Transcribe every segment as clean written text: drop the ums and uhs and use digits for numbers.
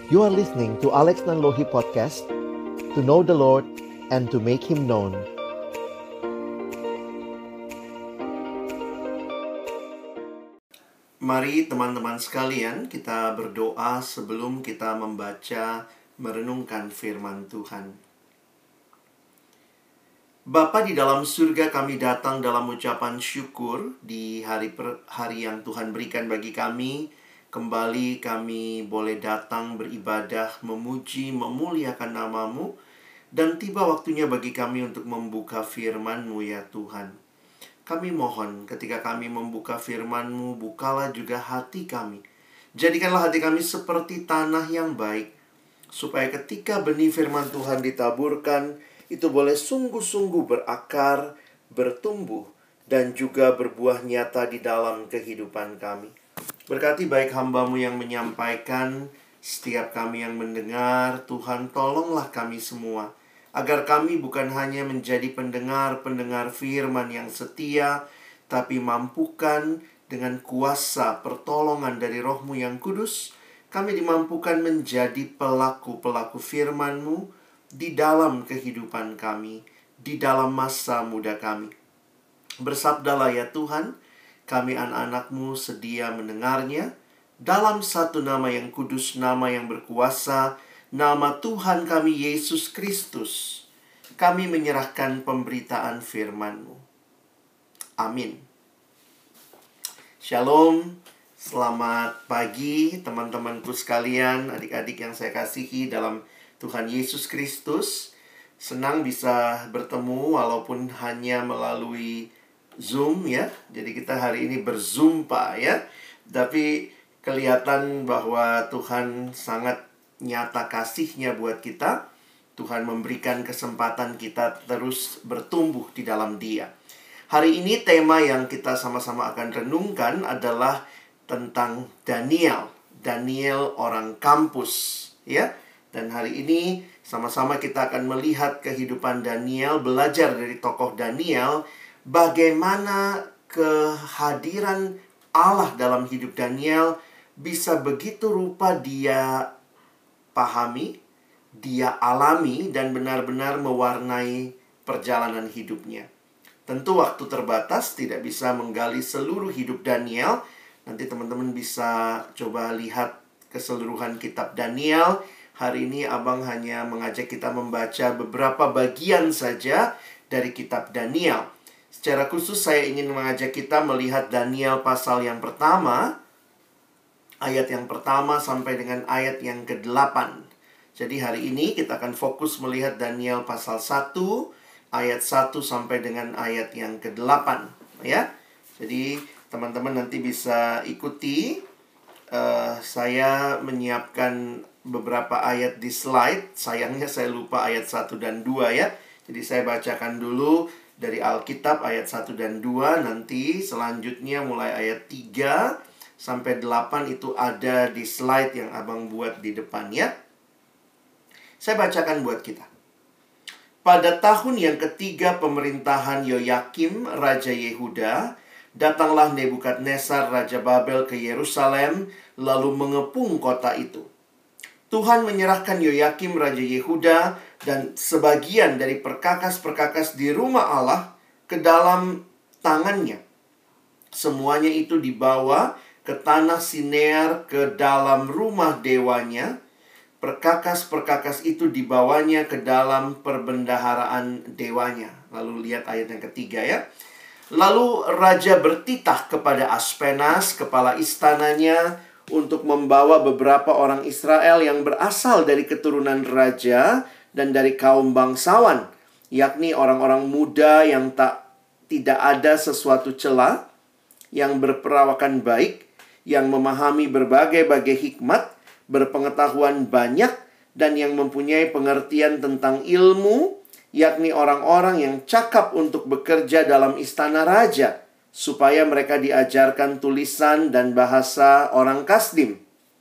You are listening to Alex Nanlohi Podcast, to know the Lord and to make Him known. Mari teman-teman sekalian, kita berdoa sebelum kita membaca, merenungkan firman Tuhan. Bapa di dalam surga, kami datang dalam ucapan syukur di hari yang Tuhan berikan bagi kami. Kembali kami boleh datang beribadah, memuji, memuliakan nama-Mu. Dan tiba waktunya bagi kami untuk membuka firman-Mu ya Tuhan. Kami mohon ketika kami membuka firman-Mu, bukalah juga hati kami. Jadikanlah hati kami seperti tanah yang baik, supaya ketika benih firman Tuhan ditaburkan, itu boleh sungguh-sungguh berakar, bertumbuh, dan juga berbuah nyata di dalam kehidupan kami. Berkati baik hamba-Mu yang menyampaikan, setiap kami yang mendengar. Tuhan, tolonglah kami semua, agar kami bukan hanya menjadi pendengar-pendengar firman yang setia, tapi mampukan dengan kuasa pertolongan dari Roh-Mu yang kudus, kami dimampukan menjadi pelaku-pelaku firman-Mu di dalam kehidupan kami, di dalam masa muda kami. Bersabdalah ya Tuhan, kami anak-anak-Mu sedia mendengarnya, dalam satu nama yang kudus, nama yang berkuasa, nama Tuhan kami Yesus Kristus. Kami menyerahkan pemberitaan firman-Mu. Amin. Shalom, selamat pagi teman-temanku sekalian, adik-adik yang saya kasihi dalam Tuhan Yesus Kristus. Senang bisa bertemu walaupun hanya melalui Zoom ya. Jadi kita hari ini berzumpa ya. Tapi kelihatan bahwa Tuhan sangat nyata kasih-Nya buat kita. Tuhan memberikan kesempatan kita terus bertumbuh di dalam Dia. Hari ini tema yang kita sama-sama akan renungkan adalah tentang Daniel. Daniel orang kampus ya. Dan hari ini sama-sama kita akan melihat kehidupan Daniel, belajar dari tokoh Daniel, bagaimana kehadiran Allah dalam hidup Daniel bisa begitu rupa dia pahami, dia alami, dan benar-benar mewarnai perjalanan hidupnya. Tentu waktu terbatas, tidak bisa menggali seluruh hidup Daniel. Nanti teman-teman bisa coba lihat keseluruhan kitab Daniel. Hari ini Abang hanya mengajak kita membaca beberapa bagian saja dari kitab Daniel. Secara khusus saya ingin mengajak kita melihat Daniel pasal yang pertama, ayat yang pertama sampai dengan ayat yang ke-8. Jadi hari ini kita akan fokus melihat Daniel pasal 1, ayat 1 sampai dengan ayat yang ke-8 ya. Jadi teman-teman nanti bisa ikuti. Saya menyiapkan beberapa ayat di slide. Sayangnya saya lupa ayat 1 dan 2 ya. Jadi saya bacakan dulu dari Alkitab ayat 1 dan 2. Nanti selanjutnya mulai ayat 3 sampai 8 itu ada di slide yang Abang buat di depan ya. Saya bacakan buat kita. Pada tahun yang ketiga pemerintahan Yoyakim, Raja Yehuda, datanglah Nebukadnezar Raja Babel ke Yerusalem, lalu mengepung kota itu. Tuhan menyerahkan Yoyakim Raja Yehuda dan sebagian dari perkakas-perkakas di rumah Allah ke dalam tangannya. Semuanya itu dibawa ke tanah Sinear ke dalam rumah dewanya. Perkakas-perkakas itu dibawanya ke dalam perbendaharaan dewanya. Lalu lihat ayat yang ketiga ya. Lalu raja bertitah kepada Aspenas, kepala istananya, untuk membawa beberapa orang Israel yang berasal dari keturunan raja dan dari kaum bangsawan, yakni orang-orang muda yang tidak ada sesuatu cela, yang berperawakan baik, yang memahami berbagai-bagai hikmat, berpengetahuan banyak, dan yang mempunyai pengertian tentang ilmu, yakni orang-orang yang cakap untuk bekerja dalam istana raja, supaya mereka diajarkan tulisan dan bahasa orang Kasdim.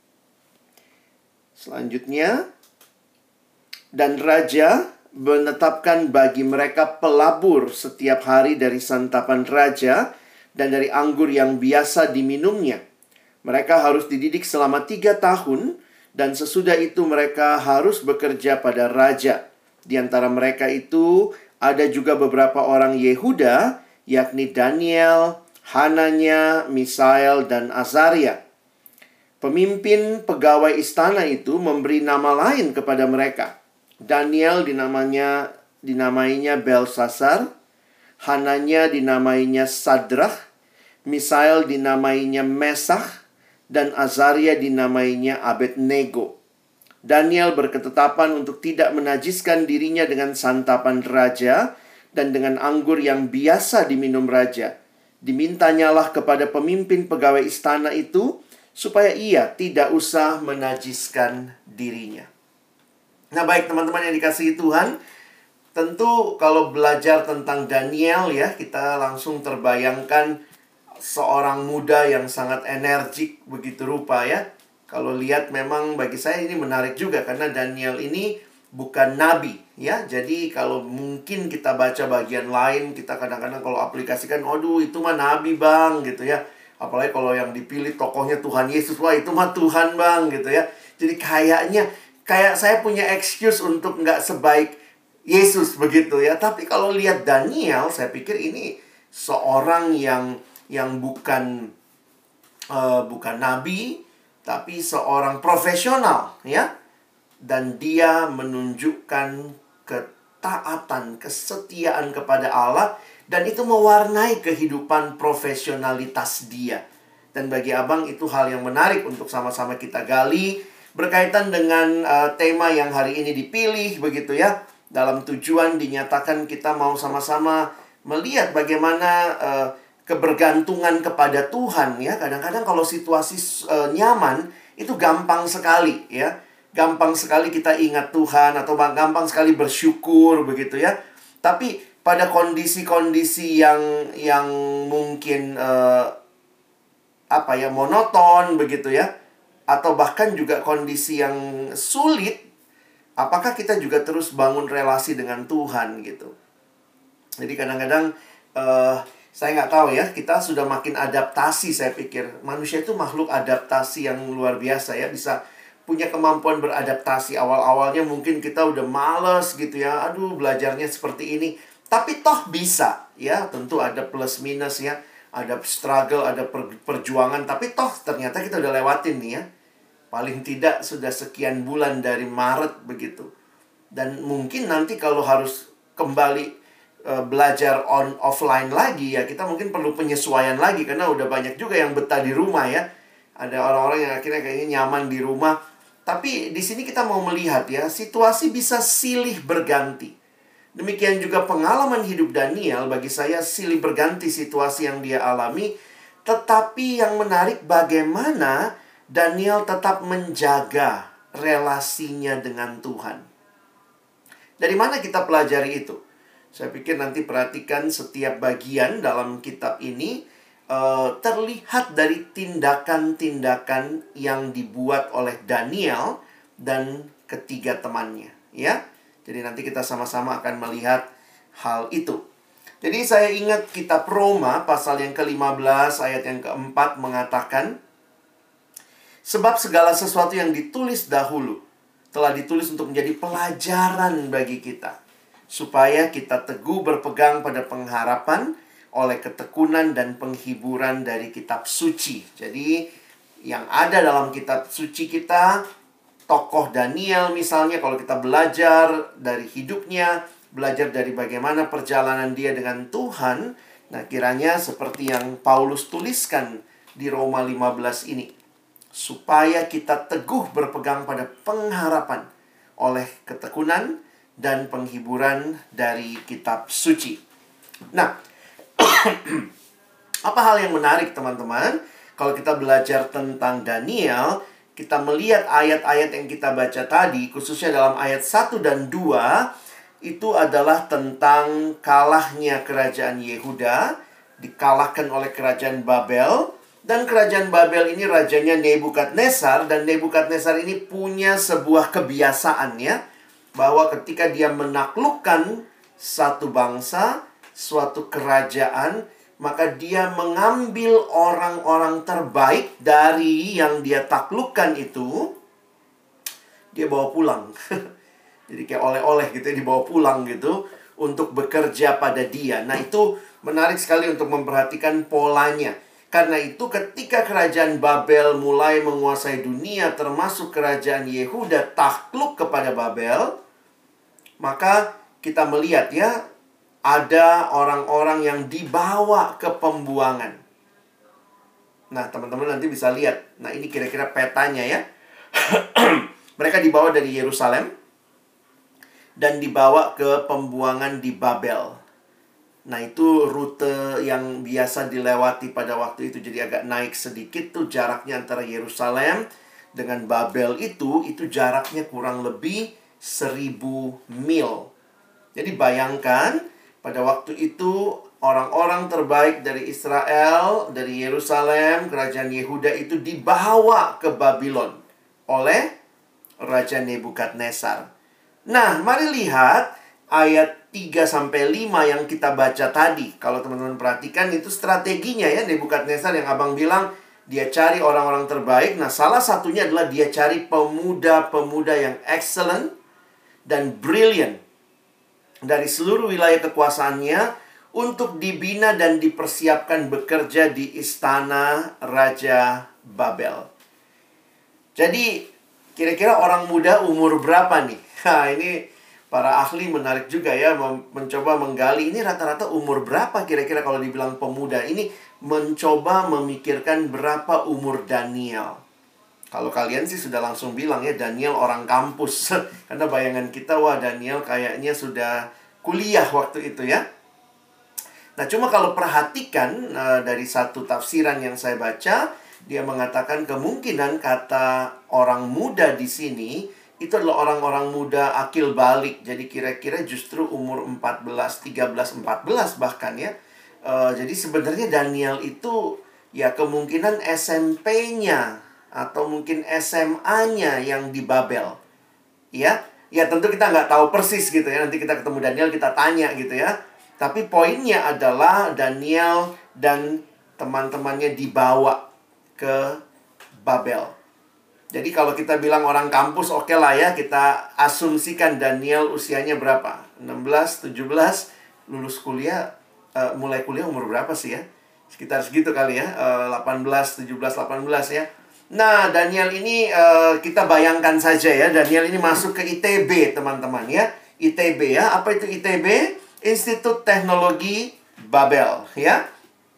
Selanjutnya, dan raja menetapkan bagi mereka pelabur setiap hari dari santapan raja dan dari anggur yang biasa diminumnya. Mereka harus dididik selama 3 tahun dan sesudah itu mereka harus bekerja pada raja. Di antara mereka itu ada juga beberapa orang Yehuda, yakni Daniel, Hananya, Misael, dan Azaria. Pemimpin pegawai istana itu memberi nama lain kepada mereka. Daniel dinamainya Belsasar, Hananya dinamainya Sadrach, Misael dinamainya Mesach, dan Azaria dinamainya Abednego. Daniel berketetapan untuk tidak menajiskan dirinya dengan santapan raja dan dengan anggur yang biasa diminum raja. Dimintanyalah kepada pemimpin pegawai istana itu supaya ia tidak usah menajiskan dirinya. Nah, baik teman-teman yang dikasihi Tuhan, tentu kalau belajar tentang Daniel ya, kita langsung terbayangkan seorang muda yang sangat energik begitu rupa ya. Kalau lihat memang bagi saya ini menarik juga karena Daniel ini bukan nabi ya. Jadi kalau mungkin kita baca bagian lain, kita kadang-kadang kalau aplikasikan, aduh itu mah nabi bang gitu ya. Apalagi kalau yang dipilih tokohnya Tuhan Yesus, wah itu mah Tuhan bang gitu ya. Jadi kayak saya punya excuse untuk nggak sebaik Yesus begitu ya. Tapi kalau lihat Daniel, saya pikir ini seorang yang bukan nabi, tapi seorang profesional ya. Dan dia menunjukkan ketaatan, kesetiaan kepada Allah, dan itu mewarnai kehidupan profesionalitas dia. Dan bagi abang itu hal yang menarik untuk sama-sama kita gali berkaitan dengan tema yang hari ini dipilih begitu ya. Dalam tujuan dinyatakan kita mau sama-sama melihat bagaimana kebergantungan kepada Tuhan ya. Kadang-kadang kalau situasi nyaman itu gampang sekali ya. Gampang sekali kita ingat Tuhan atau gampang sekali bersyukur begitu ya. Tapi pada kondisi-kondisi yang mungkin monoton begitu ya, atau bahkan juga kondisi yang sulit, apakah kita juga terus bangun relasi dengan Tuhan gitu. Jadi kadang-kadang saya nggak tahu ya, kita sudah makin adaptasi. Saya pikir manusia itu makhluk adaptasi yang luar biasa ya, bisa punya kemampuan beradaptasi. Awal-awalnya mungkin kita udah males gitu ya, aduh belajarnya seperti ini. Tapi toh bisa ya, tentu ada plus minus ya, ada struggle, ada perjuangan. Tapi toh ternyata kita udah lewatin nih ya. Paling tidak sudah sekian bulan dari Maret begitu. Dan mungkin nanti kalau harus kembali belajar offline lagi ya, kita mungkin perlu penyesuaian lagi. Karena udah banyak juga yang betah di rumah ya. Ada orang-orang yang akhirnya kayaknya nyaman di rumah. Tapi di sini kita mau melihat ya, situasi bisa silih berganti. Demikian juga pengalaman hidup Daniel bagi saya silih berganti situasi yang dia alami. Tetapi yang menarik bagaimana Daniel tetap menjaga relasinya dengan Tuhan. Dari mana kita pelajari itu? Saya pikir nanti perhatikan setiap bagian dalam kitab ini terlihat dari tindakan-tindakan yang dibuat oleh Daniel dan ketiga temannya, ya. Jadi nanti kita sama-sama akan melihat hal itu. Jadi saya ingat kitab Roma pasal yang ke-15 ayat yang ke-4 mengatakan, sebab segala sesuatu yang ditulis dahulu telah ditulis untuk menjadi pelajaran bagi kita, supaya kita teguh berpegang pada pengharapan oleh ketekunan dan penghiburan dari kitab suci. Jadi yang ada dalam kitab suci kita, tokoh Daniel misalnya, kalau kita belajar dari hidupnya, belajar dari bagaimana perjalanan dia dengan Tuhan, nah kiranya seperti yang Paulus tuliskan di Roma 15 ini, supaya kita teguh berpegang pada pengharapan oleh ketekunan dan penghiburan dari kitab suci. Nah, apa hal yang menarik teman-teman? Kalau kita belajar tentang Daniel, kita melihat ayat-ayat yang kita baca tadi, khususnya dalam ayat 1 dan 2, itu adalah tentang kalahnya kerajaan Yehuda, dikalahkan oleh kerajaan Babel. Dan kerajaan Babel ini rajanya Nebukadnezar, dan Nebukadnezar ini punya sebuah kebiasaan ya, bahwa ketika dia menaklukkan satu bangsa, suatu kerajaan, maka dia mengambil orang-orang terbaik dari yang dia taklukkan itu, dia bawa pulang. Jadi kayak oleh-oleh gitu ya, dibawa pulang gitu untuk bekerja pada dia. Nah, itu menarik sekali untuk memperhatikan polanya. Karena itu ketika kerajaan Babel mulai menguasai dunia, termasuk kerajaan Yehuda takluk kepada Babel, maka kita melihat ya, ada orang-orang yang dibawa ke pembuangan. Nah, teman-teman nanti bisa lihat. Nah, ini kira-kira petanya ya. Mereka dibawa dari Yerusalem dan dibawa ke pembuangan di Babel. Nah, itu rute yang biasa dilewati pada waktu itu. Jadi agak naik sedikit tuh jaraknya antara Yerusalem dengan Babel itu jaraknya kurang lebih 1000 mil. Jadi bayangkan pada waktu itu orang-orang terbaik dari Israel, dari Yerusalem, kerajaan Yehuda itu dibawa ke Babylon oleh Raja Nebukadnezar. Nah, mari lihat ayat 3-5 yang kita baca tadi. Kalau teman-teman perhatikan itu strateginya ya, Nebukadnezar yang abang bilang dia cari orang-orang terbaik. Nah, salah satunya adalah dia cari pemuda-pemuda yang excellent dan brilliant dari seluruh wilayah kekuasaannya untuk dibina dan dipersiapkan bekerja di istana Raja Babel. Jadi, kira-kira orang muda umur berapa nih? Nah, ini para ahli menarik juga ya, mencoba menggali ini rata-rata umur berapa kira-kira kalau dibilang pemuda. Ini mencoba memikirkan berapa umur Daniel. Kalau kalian sih sudah langsung bilang ya, Daniel orang kampus. Karena bayangan kita, wah Daniel kayaknya sudah kuliah waktu itu ya. Nah, cuma kalau perhatikan dari satu tafsiran yang saya baca, dia mengatakan kemungkinan kata orang muda di sini itu adalah orang-orang muda akil balik. Jadi kira-kira justru umur 14, 13, 14 bahkan ya. Jadi sebenarnya Daniel itu ya kemungkinan SMP-nya atau mungkin SMA-nya yang di Babel. Ya tentu kita nggak tahu persis gitu ya. Nanti kita ketemu Daniel, kita tanya gitu ya. Tapi poinnya adalah Daniel dan teman-temannya dibawa ke Babel. Jadi kalau kita bilang orang kampus, oke lah ya, kita asumsikan Daniel usianya berapa? 16, 17, lulus kuliah, mulai kuliah umur berapa sih ya? Sekitar segitu kali ya, 18, 17, 18 ya. Nah, Daniel ini kita bayangkan saja ya, Daniel ini masuk ke ITB teman-teman ya. ITB ya, apa itu ITB? Institut Teknologi Babel ya.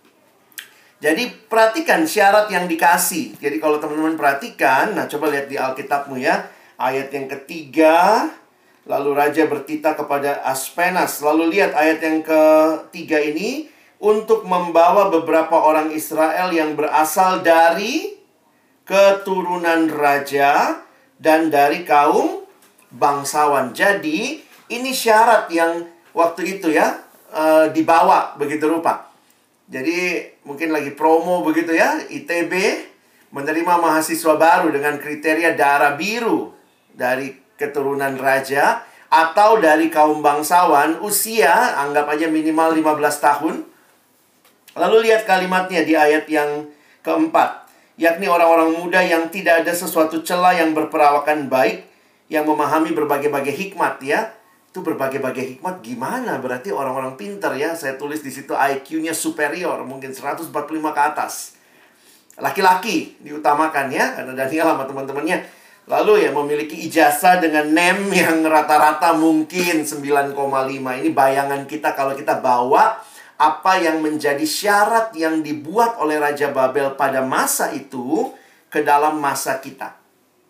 Jadi perhatikan syarat yang dikasih. Jadi kalau teman-teman perhatikan, nah coba lihat di Alkitabmu ya. Ayat yang ketiga, lalu Raja bertitah kepada Aspenas. Lalu lihat ayat yang ketiga ini, untuk membawa beberapa orang Israel yang berasal dari keturunan raja dan dari kaum bangsawan. Jadi ini syarat yang waktu itu ya dibawa begitu rupa. Jadi mungkin lagi promo begitu ya, ITB menerima mahasiswa baru dengan kriteria darah biru dari keturunan raja atau dari kaum bangsawan, usia anggap aja minimal 15 tahun. Lalu lihat kalimatnya di ayat yang keempat, yakni orang-orang muda yang tidak ada sesuatu celah, yang berperawakan baik, yang memahami berbagai-bagai hikmat ya. Itu berbagai-bagai hikmat gimana? Berarti orang-orang pintar ya. Saya tulis di situ IQ-nya superior, mungkin 145 ke atas. Laki-laki diutamakan ya, karena Daniel sama teman-temannya. Lalu ya memiliki ijazah dengan NEM yang rata-rata mungkin 9,5. Ini bayangan kita kalau kita bawa apa yang menjadi syarat yang dibuat oleh Raja Babel pada masa itu ke dalam masa kita.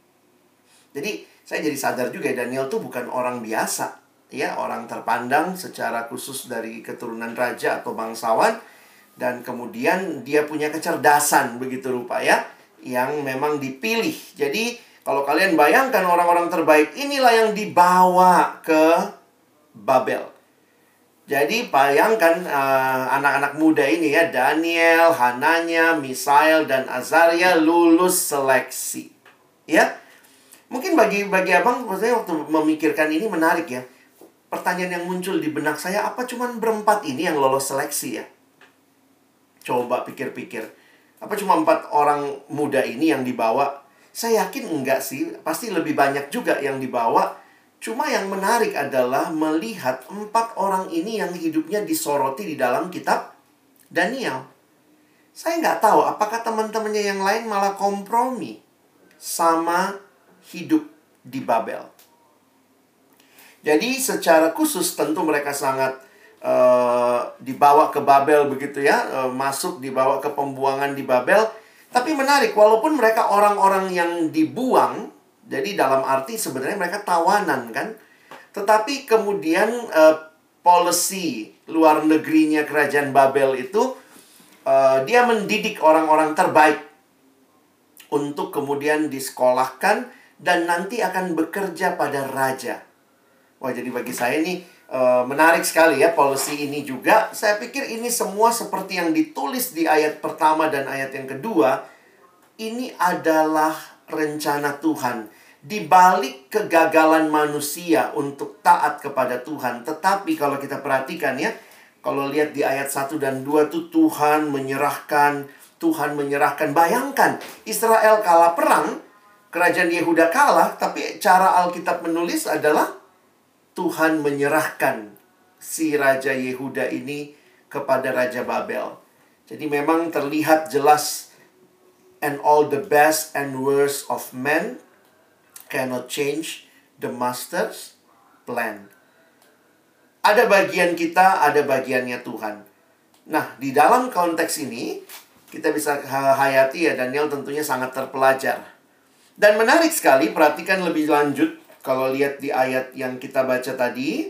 Jadi saya jadi sadar juga Daniel tuh bukan orang biasa. Ya, orang terpandang secara khusus dari keturunan raja atau bangsawan. Dan kemudian dia punya kecerdasan begitu rupa ya, yang memang dipilih. Jadi kalau kalian bayangkan orang-orang terbaik inilah yang dibawa ke Babel. Jadi bayangkan anak-anak muda ini ya, Daniel, Hananya, Misael, dan Azaria lulus seleksi. Ya, mungkin bagi abang, maksudnya waktu memikirkan ini menarik ya. Pertanyaan yang muncul di benak saya, apa cuman berempat ini yang lolos seleksi ya? Coba pikir-pikir. Apa cuma 4 orang muda ini yang dibawa? Saya yakin enggak sih, pasti lebih banyak juga yang dibawa. Cuma yang menarik adalah melihat 4 orang ini yang hidupnya disoroti di dalam kitab Daniel. Saya nggak tahu apakah teman-temannya yang lain malah kompromi sama hidup di Babel. Jadi secara khusus tentu mereka sangat dibawa ke Babel begitu ya, masuk dibawa ke pembuangan di Babel. Tapi menarik, walaupun mereka orang-orang yang dibuang, jadi dalam arti sebenarnya mereka tawanan kan. Tetapi kemudian policy luar negerinya kerajaan Babel itu, dia mendidik orang-orang terbaik untuk kemudian disekolahkan dan nanti akan bekerja pada raja. Wah, jadi bagi saya ini menarik sekali ya policy ini juga. Saya pikir ini semua seperti yang ditulis di ayat pertama dan ayat yang kedua. Ini adalah rencana Tuhan. Di balik kegagalan manusia untuk taat kepada Tuhan. Tetapi kalau kita perhatikan ya, kalau lihat di ayat 1 dan 2 tuh Tuhan menyerahkan. Bayangkan, Israel kalah perang, kerajaan Yehuda kalah, tapi cara Alkitab menulis adalah Tuhan menyerahkan si Raja Yehuda ini kepada Raja Babel. Jadi memang terlihat jelas, and all the best and worst of men cannot change the master's plan. Ada bagian kita, ada bagiannya Tuhan. Nah, di dalam konteks ini, kita bisa hayati ya, Daniel tentunya sangat terpelajar. Dan menarik sekali, perhatikan lebih lanjut. Kalau lihat di ayat yang kita baca tadi,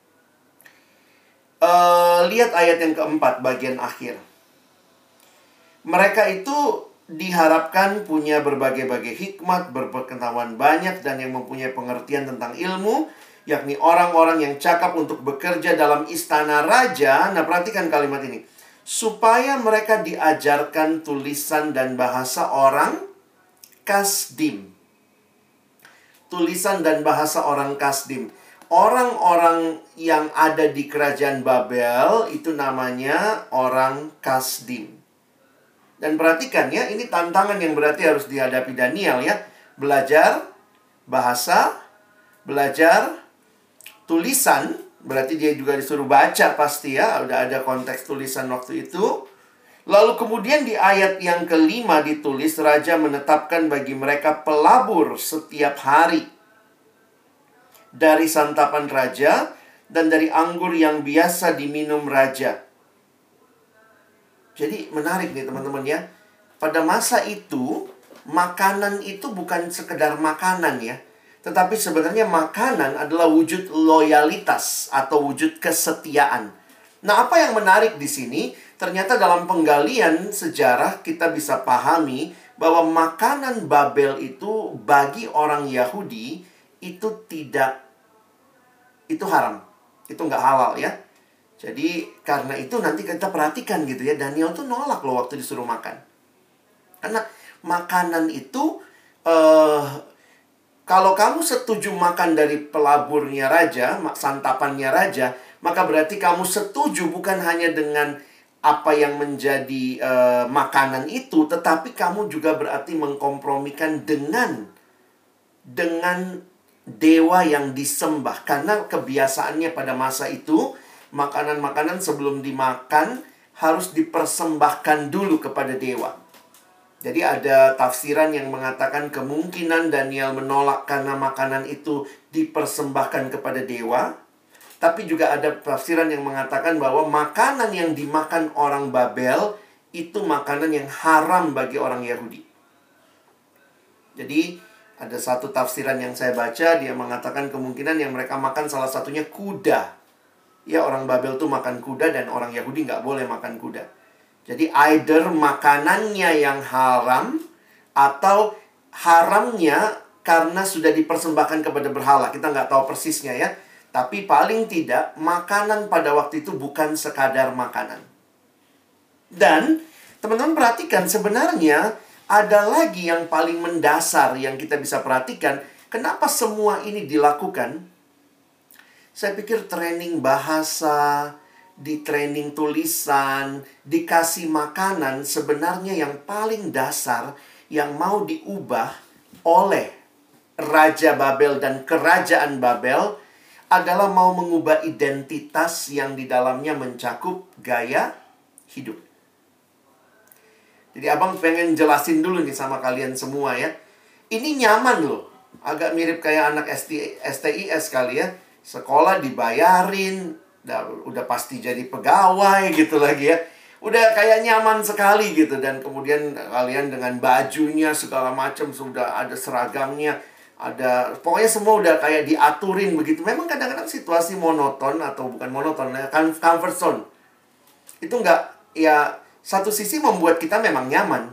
lihat ayat yang keempat, bagian akhir. Mereka itu diharapkan punya berbagai-bagai hikmat, berpengetahuan banyak, dan yang mempunyai pengertian tentang ilmu, yakni orang-orang yang cakap untuk bekerja dalam istana raja. Nah, perhatikan kalimat ini. Supaya mereka diajarkan tulisan dan bahasa orang Kasdim. Tulisan dan bahasa orang Kasdim. Orang-orang yang ada di kerajaan Babel itu namanya orang Kasdim. Dan perhatikan ya, ini tantangan yang berarti harus dihadapi Daniel ya. Belajar bahasa, belajar tulisan, berarti dia juga disuruh baca pasti ya. Udah ada konteks tulisan waktu itu. Lalu kemudian di ayat yang kelima ditulis, Raja menetapkan bagi mereka pelabur setiap hari dari santapan Raja dan dari anggur yang biasa diminum Raja. Jadi menarik nih teman-teman ya. Pada masa itu, makanan itu bukan sekedar makanan ya. Tetapi sebenarnya makanan adalah wujud loyalitas atau wujud kesetiaan. Nah, apa yang menarik di sini? Ternyata dalam penggalian sejarah kita bisa pahami bahwa makanan Babel itu bagi orang Yahudi itu haram. Itu nggak halal ya. Jadi karena itu nanti kita perhatikan gitu ya, Daniel tuh nolak loh waktu disuruh makan. Karena makanan itu, kalau kamu setuju makan dari pelaburnya raja, santapannya raja, maka berarti kamu setuju bukan hanya dengan apa yang menjadi makanan itu, tetapi kamu juga berarti mengkompromikan dengan dewa yang disembah. Karena kebiasaannya pada masa itu, makanan-makanan sebelum dimakan harus dipersembahkan dulu kepada dewa. Jadi ada tafsiran yang mengatakan kemungkinan Daniel menolak karena makanan itu dipersembahkan kepada dewa. Tapi juga ada tafsiran yang mengatakan bahwa makanan yang dimakan orang Babel itu makanan yang haram bagi orang Yahudi. Jadi ada satu tafsiran yang saya baca, dia mengatakan kemungkinan yang mereka makan salah satunya kuda. Ya, orang Babel tuh makan kuda dan orang Yahudi nggak boleh makan kuda. Jadi either makanannya yang haram atau haramnya karena sudah dipersembahkan kepada berhala. Kita nggak tahu persisnya ya. Tapi paling tidak makanan pada waktu itu bukan sekadar makanan. Dan teman-teman perhatikan, sebenarnya ada lagi yang paling mendasar yang kita bisa perhatikan. Kenapa semua ini dilakukan? Saya pikir training bahasa, di training tulisan, dikasih makanan, sebenarnya yang paling dasar yang mau diubah oleh Raja Babel dan Kerajaan Babel adalah mau mengubah identitas yang di dalamnya mencakup gaya hidup. Jadi abang pengen jelasin dulu nih sama kalian semua ya. Ini nyaman loh. Agak mirip kayak anak STIS kali ya. Sekolah dibayarin, udah pasti jadi pegawai gitu lagi ya. Udah kayak nyaman sekali gitu. Dan kemudian kalian dengan bajunya segala macam sudah ada seragamnya. Pokoknya semua udah kayak diaturin begitu. Memang kadang-kadang situasi monoton atau bukan monoton ya, comfort zone. Itu nggak, ya satu sisi membuat kita memang nyaman.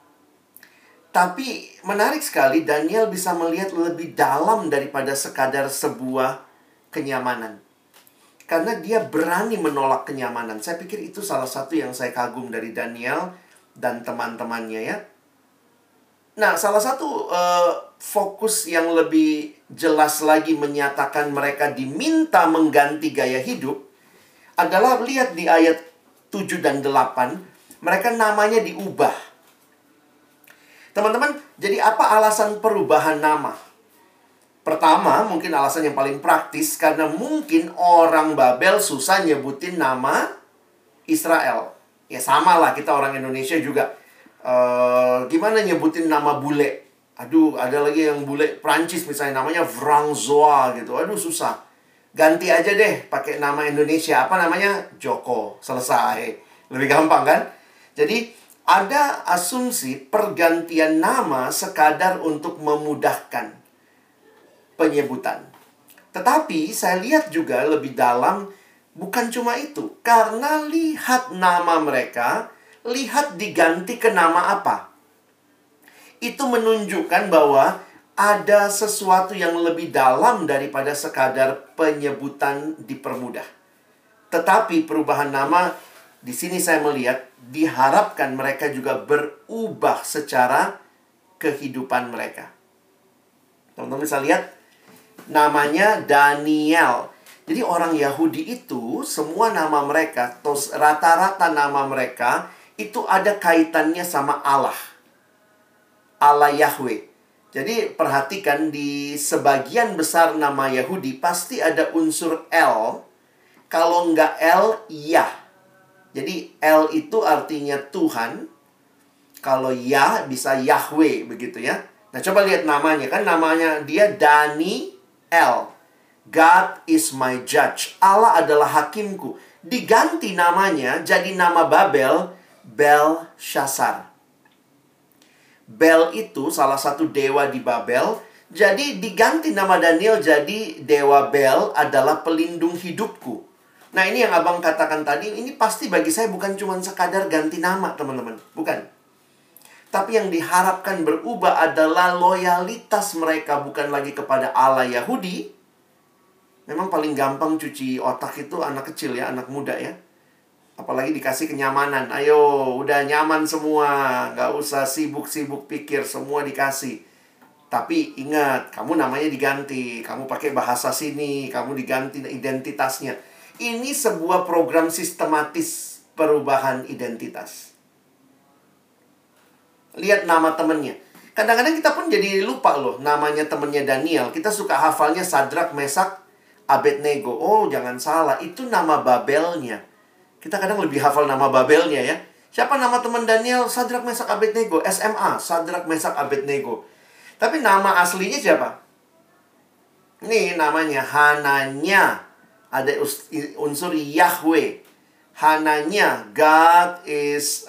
Tapi menarik sekali Daniel bisa melihat lebih dalam daripada sekadar sebuah kenyamanan. Karena dia berani menolak kenyamanan. Saya pikir itu salah satu yang saya kagum dari Daniel dan teman-temannya ya. Nah, salah satu fokus yang lebih jelas lagi menyatakan mereka diminta mengganti gaya hidup adalah lihat di ayat 7 dan 8, mereka namanya diubah. Teman-teman, jadi apa alasan perubahan nama? Pertama, mungkin alasan yang paling praktis, karena mungkin orang Babel susah nyebutin nama Israel. Ya sama lah, kita orang Indonesia juga. Gimana nyebutin nama bule? Aduh, ada lagi yang bule Prancis misalnya namanya François gitu. Aduh, susah. Ganti aja deh pakai nama Indonesia. Apa namanya? Joko. Selesai. Lebih gampang kan? Jadi ada asumsi pergantian nama sekadar untuk memudahkan penyebutan. Tetapi saya lihat juga lebih dalam, bukan cuma itu. Karena lihat nama mereka, lihat diganti ke nama apa. Itu menunjukkan bahwa ada sesuatu yang lebih dalam daripada sekadar penyebutan dipermudah. Tetapi perubahan nama, di sini saya melihat diharapkan mereka juga berubah secara kehidupan mereka. Teman-teman bisa lihat namanya Daniel. Jadi orang Yahudi itu semua nama mereka, rata-rata nama mereka itu ada kaitannya sama Allah. Allah Yahweh. Jadi perhatikan di sebagian besar nama Yahudi pasti ada unsur L. Kalau nggak L, Yah. Jadi L itu artinya Tuhan. Kalau Yah bisa Yahweh begitu ya. Nah coba lihat namanya. Kan namanya dia Daniel. God is my judge. Allah adalah hakimku. Diganti namanya jadi nama Babel, Belshazzar. Bel itu salah satu dewa di Babel. Jadi diganti nama Daniel jadi Dewa Bel adalah pelindung hidupku. Nah ini yang abang katakan tadi, ini pasti bagi saya bukan cuma sekadar ganti nama teman-teman. Bukan. Tapi yang diharapkan berubah adalah loyalitas mereka bukan lagi kepada Allah Yahudi. Memang paling gampang cuci otak itu anak kecil ya, anak muda ya. Apalagi dikasih kenyamanan. Ayo, udah nyaman semua. Nggak usah sibuk-sibuk pikir, semua dikasih. Tapi ingat, kamu namanya diganti. Kamu pakai bahasa sini, kamu diganti identitasnya. Ini sebuah program sistematis perubahan identitas. Lihat nama temennya. Kadang-kadang kita pun jadi lupa loh namanya temennya Daniel. Kita suka hafalnya Sadrak, Mesak, Abednego. Oh, jangan salah. Itu nama Babelnya. Kita kadang lebih hafal nama Babelnya ya. Siapa nama teman Daniel? Sadrak, Mesak, Abednego. SMA, Sadrak, Mesak, Abednego. Tapi nama aslinya siapa? Ini namanya Hananya. Ada unsur Yahweh. Hananya, God is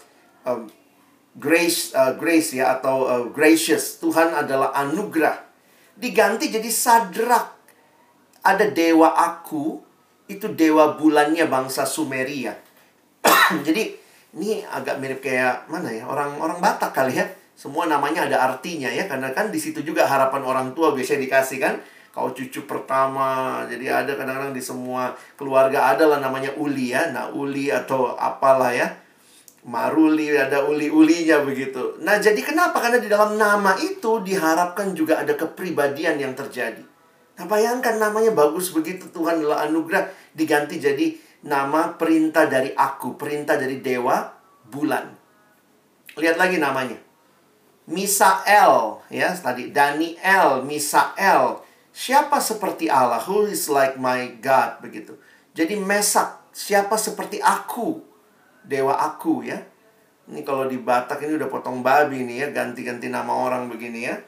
grace ya, atau gracious. Tuhan adalah anugerah. Diganti jadi Sadrak. Ada dewa aku, itu dewa bulannya bangsa Sumeria. Jadi ini agak mirip kayak mana ya, orang Batak kali ya. Semua namanya ada artinya ya, karena kan di situ juga harapan orang tua biasanya dikasih kan. Kau cucu pertama, jadi ada kadang-kadang di semua keluarga ada lah namanya Uli ya. Nah Uli atau apalah ya, Maruli, ada uli-ulinya begitu. Nah jadi kenapa? Karena di dalam nama itu diharapkan juga ada kepribadian yang terjadi. Nah bayangkan namanya bagus begitu, Tuhan adalah anugerah, diganti jadi nama perintah dari aku, perintah dari dewa bulan. Lihat lagi namanya. Misael, ya tadi Daniel, Misael. Siapa seperti Allah? Who is like my God, begitu. Jadi Mesak, siapa seperti aku? Dewa aku, ya. Ini kalau di Batak ini udah potong babi nih ya, ganti-ganti nama orang begini ya.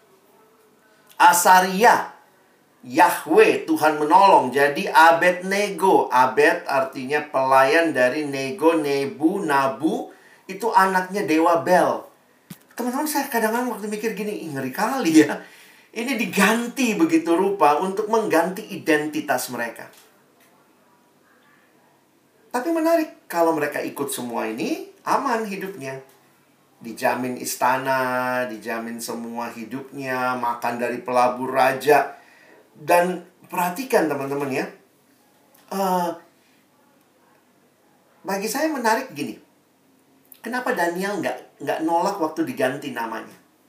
Asaria, Yahweh, Tuhan menolong. Jadi Abednego. Abed artinya pelayan dari Nego, Nebu, Nabu. Itu anaknya Dewa Bel. Teman-teman, saya kadang-kadang waktu mikir gini, ngeri kali ya. Ini diganti begitu rupa untuk mengganti identitas mereka. Tapi menarik, kalau mereka ikut semua ini, aman hidupnya. Dijamin istana, dijamin semua hidupnya, makan dari pelabur raja. Dan perhatikan teman-teman ya, bagi saya menarik gini. Kenapa Daniel nggak nolak waktu diganti namanya?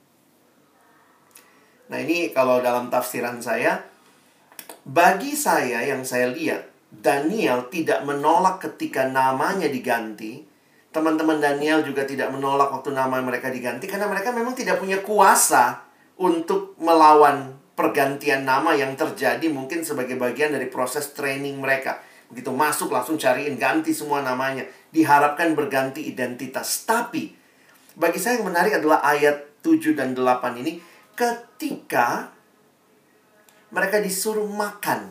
Nah ini kalau dalam tafsiran saya, bagi saya yang saya lihat, Daniel tidak menolak ketika namanya diganti. Teman-teman Daniel juga tidak menolak waktu nama mereka diganti, karena mereka memang tidak punya kuasa untuk melawan pergantian nama yang terjadi mungkin sebagai bagian dari proses training mereka. Begitu masuk langsung cariin, ganti semua namanya. Diharapkan berganti identitas. Tapi bagi saya yang menarik adalah ayat 7 dan 8 ini. Ketika mereka disuruh makan.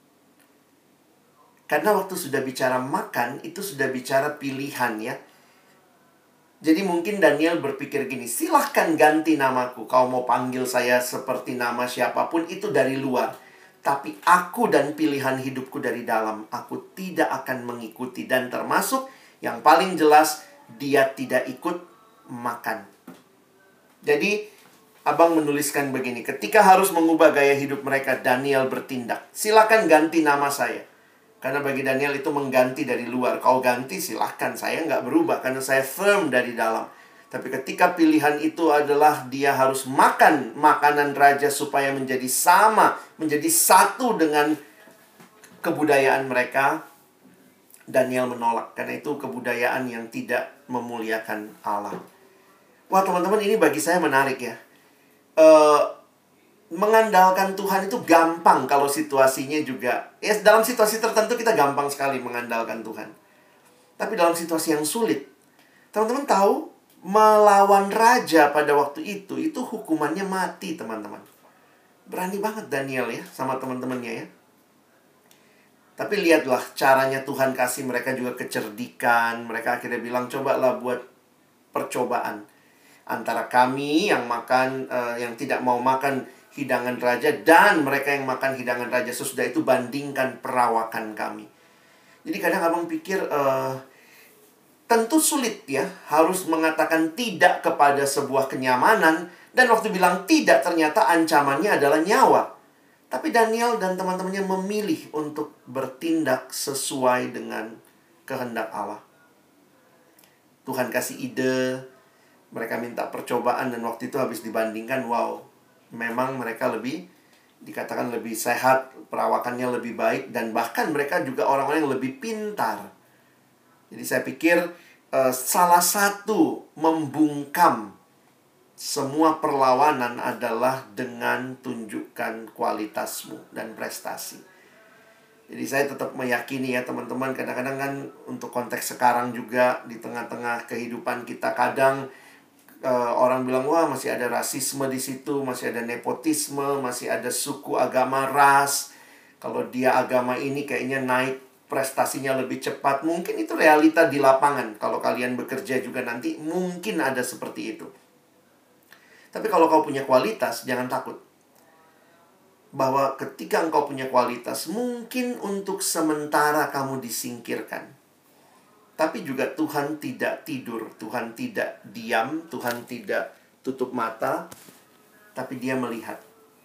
Karena waktu sudah bicara makan, itu sudah bicara pilihan ya. Jadi mungkin Daniel berpikir gini, silahkan ganti namaku. Kau mau panggil saya seperti nama siapapun, itu dari luar. Tapi aku dan pilihan hidupku dari dalam, aku tidak akan mengikuti. Dan termasuk yang paling jelas, dia tidak ikut makan. Jadi abang menuliskan begini, ketika harus mengubah gaya hidup mereka, Daniel bertindak. Silakan ganti nama saya. Karena bagi Daniel itu mengganti dari luar. Kau ganti silahkan, saya nggak berubah karena saya firm dari dalam. Tapi ketika pilihan itu adalah dia harus makan makanan raja supaya menjadi sama, menjadi satu dengan kebudayaan mereka, Daniel menolak. Karena itu kebudayaan yang tidak memuliakan Allah. Wah teman-teman, ini bagi saya menarik ya. Mengandalkan Tuhan itu gampang kalau situasinya juga, ya dalam situasi tertentu kita gampang sekali mengandalkan Tuhan. Tapi dalam situasi yang sulit, teman-teman tahu, melawan raja pada waktu itu hukumannya mati teman-teman. Berani banget Daniel ya sama teman-temannya ya. Tapi lihatlah caranya Tuhan kasih mereka juga kecerdikan. Mereka akhirnya bilang, cobalah buat percobaan antara kami yang makan, yang tidak mau makan hidangan raja, dan mereka yang makan hidangan raja. Sesudah itu bandingkan perawakan kami. Jadi kadang abang pikir, tentu sulit ya, harus mengatakan tidak kepada sebuah kenyamanan. Dan waktu bilang tidak, ternyata ancamannya adalah nyawa. Tapi Daniel dan teman-temannya memilih untuk bertindak sesuai dengan kehendak Allah. Tuhan kasih ide, mereka minta percobaan, dan waktu itu habis dibandingkan, wow, memang mereka dikatakan lebih sehat, perawakannya lebih baik, dan bahkan mereka juga orang-orang yang lebih pintar. Jadi saya pikir salah satu membungkam semua perlawanan adalah dengan tunjukkan kualitasmu dan prestasi. Jadi saya tetap meyakini ya teman-teman, kadang-kadang kan untuk konteks sekarang juga di tengah-tengah kehidupan kita kadang orang bilang, wah masih ada rasisme di situ, masih ada nepotisme, masih ada suku, agama, ras. Kalau dia agama ini kayaknya naik prestasinya lebih cepat. Mungkin itu realita di lapangan. Kalau kalian bekerja juga nanti mungkin ada seperti itu. Tapi kalau kau punya kualitas, jangan takut. Bahwa ketika engkau punya kualitas, mungkin untuk sementara kamu disingkirkan. Tapi juga Tuhan tidak tidur, Tuhan tidak diam, Tuhan tidak tutup mata, tapi dia melihat.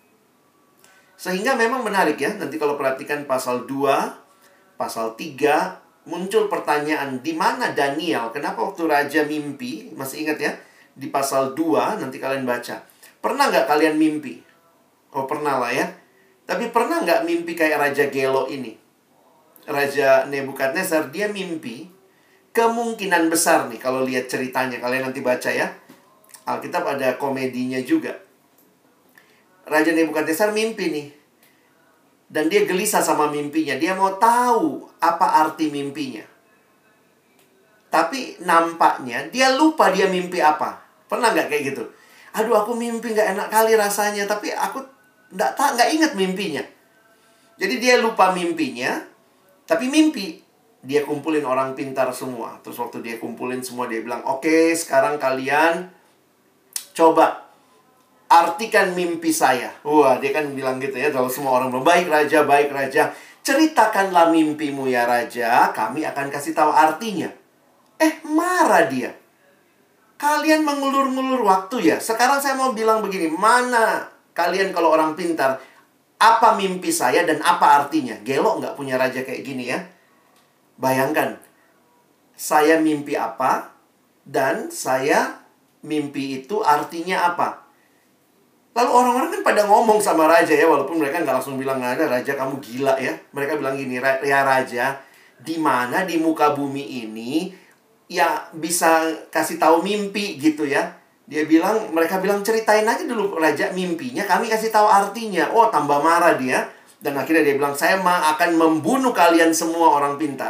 Sehingga memang menarik ya, nanti kalau perhatikan pasal 2, pasal 3, muncul pertanyaan, di mana Daniel? Kenapa waktu raja mimpi, masih ingat ya? Di pasal 2, nanti kalian baca. Pernah nggak kalian mimpi? Oh pernah lah ya. Tapi pernah nggak mimpi kayak Raja Gelo ini? Raja Nebukadnezar, dia mimpi. Kemungkinan besar nih kalau lihat ceritanya, kalian nanti baca ya. Alkitab ada komedinya juga. Raja Nebukadnezar mimpi nih. Dan dia gelisah sama mimpinya. Dia mau tahu apa arti mimpinya. Tapi nampaknya dia lupa dia mimpi apa. Pernah nggak kayak gitu? Aduh, aku mimpi nggak enak kali rasanya. Tapi aku nggak ingat mimpinya. Jadi dia lupa mimpinya. Tapi mimpi. Dia kumpulin orang pintar semua. Terus waktu dia kumpulin semua, dia bilang, oke, sekarang kalian coba artikan mimpi saya. Wah, dia kan bilang gitu ya. Kalau semua orang bilang, baik raja, baik raja. Ceritakanlah mimpimu ya raja. Kami akan kasih tahu artinya. Marah dia. Kalian mengulur-ngulur waktu ya. Sekarang saya mau bilang begini. Mana kalian kalau orang pintar? Apa mimpi saya dan apa artinya? Gelo nggak punya raja kayak gini ya. Bayangkan. Saya mimpi apa. Dan saya mimpi itu artinya apa. Lalu orang-orang kan pada ngomong sama raja ya. Walaupun mereka nggak langsung bilang, ada raja kamu gila ya. Mereka bilang gini, ya raja, di mana di muka bumi ini ya bisa kasih tahu mimpi gitu ya. Mereka bilang ceritain aja dulu raja mimpinya, kami kasih tahu artinya. Oh, tambah marah dia. Dan akhirnya dia bilang, saya akan membunuh kalian semua orang pintar.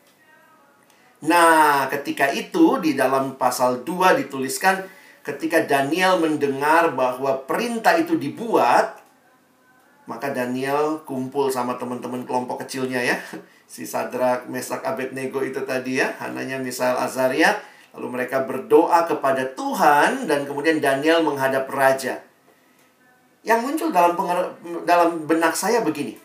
Nah, ketika itu di dalam pasal 2 dituliskan, ketika Daniel mendengar bahwa perintah itu dibuat, maka Daniel kumpul sama teman-teman kelompok kecilnya ya. Si Sadrak, Mesak, Abednego itu tadi ya. Hananya, Misael, Azaria. Lalu mereka berdoa kepada Tuhan. Dan kemudian Daniel menghadap raja. Yang muncul dalam benak saya begini.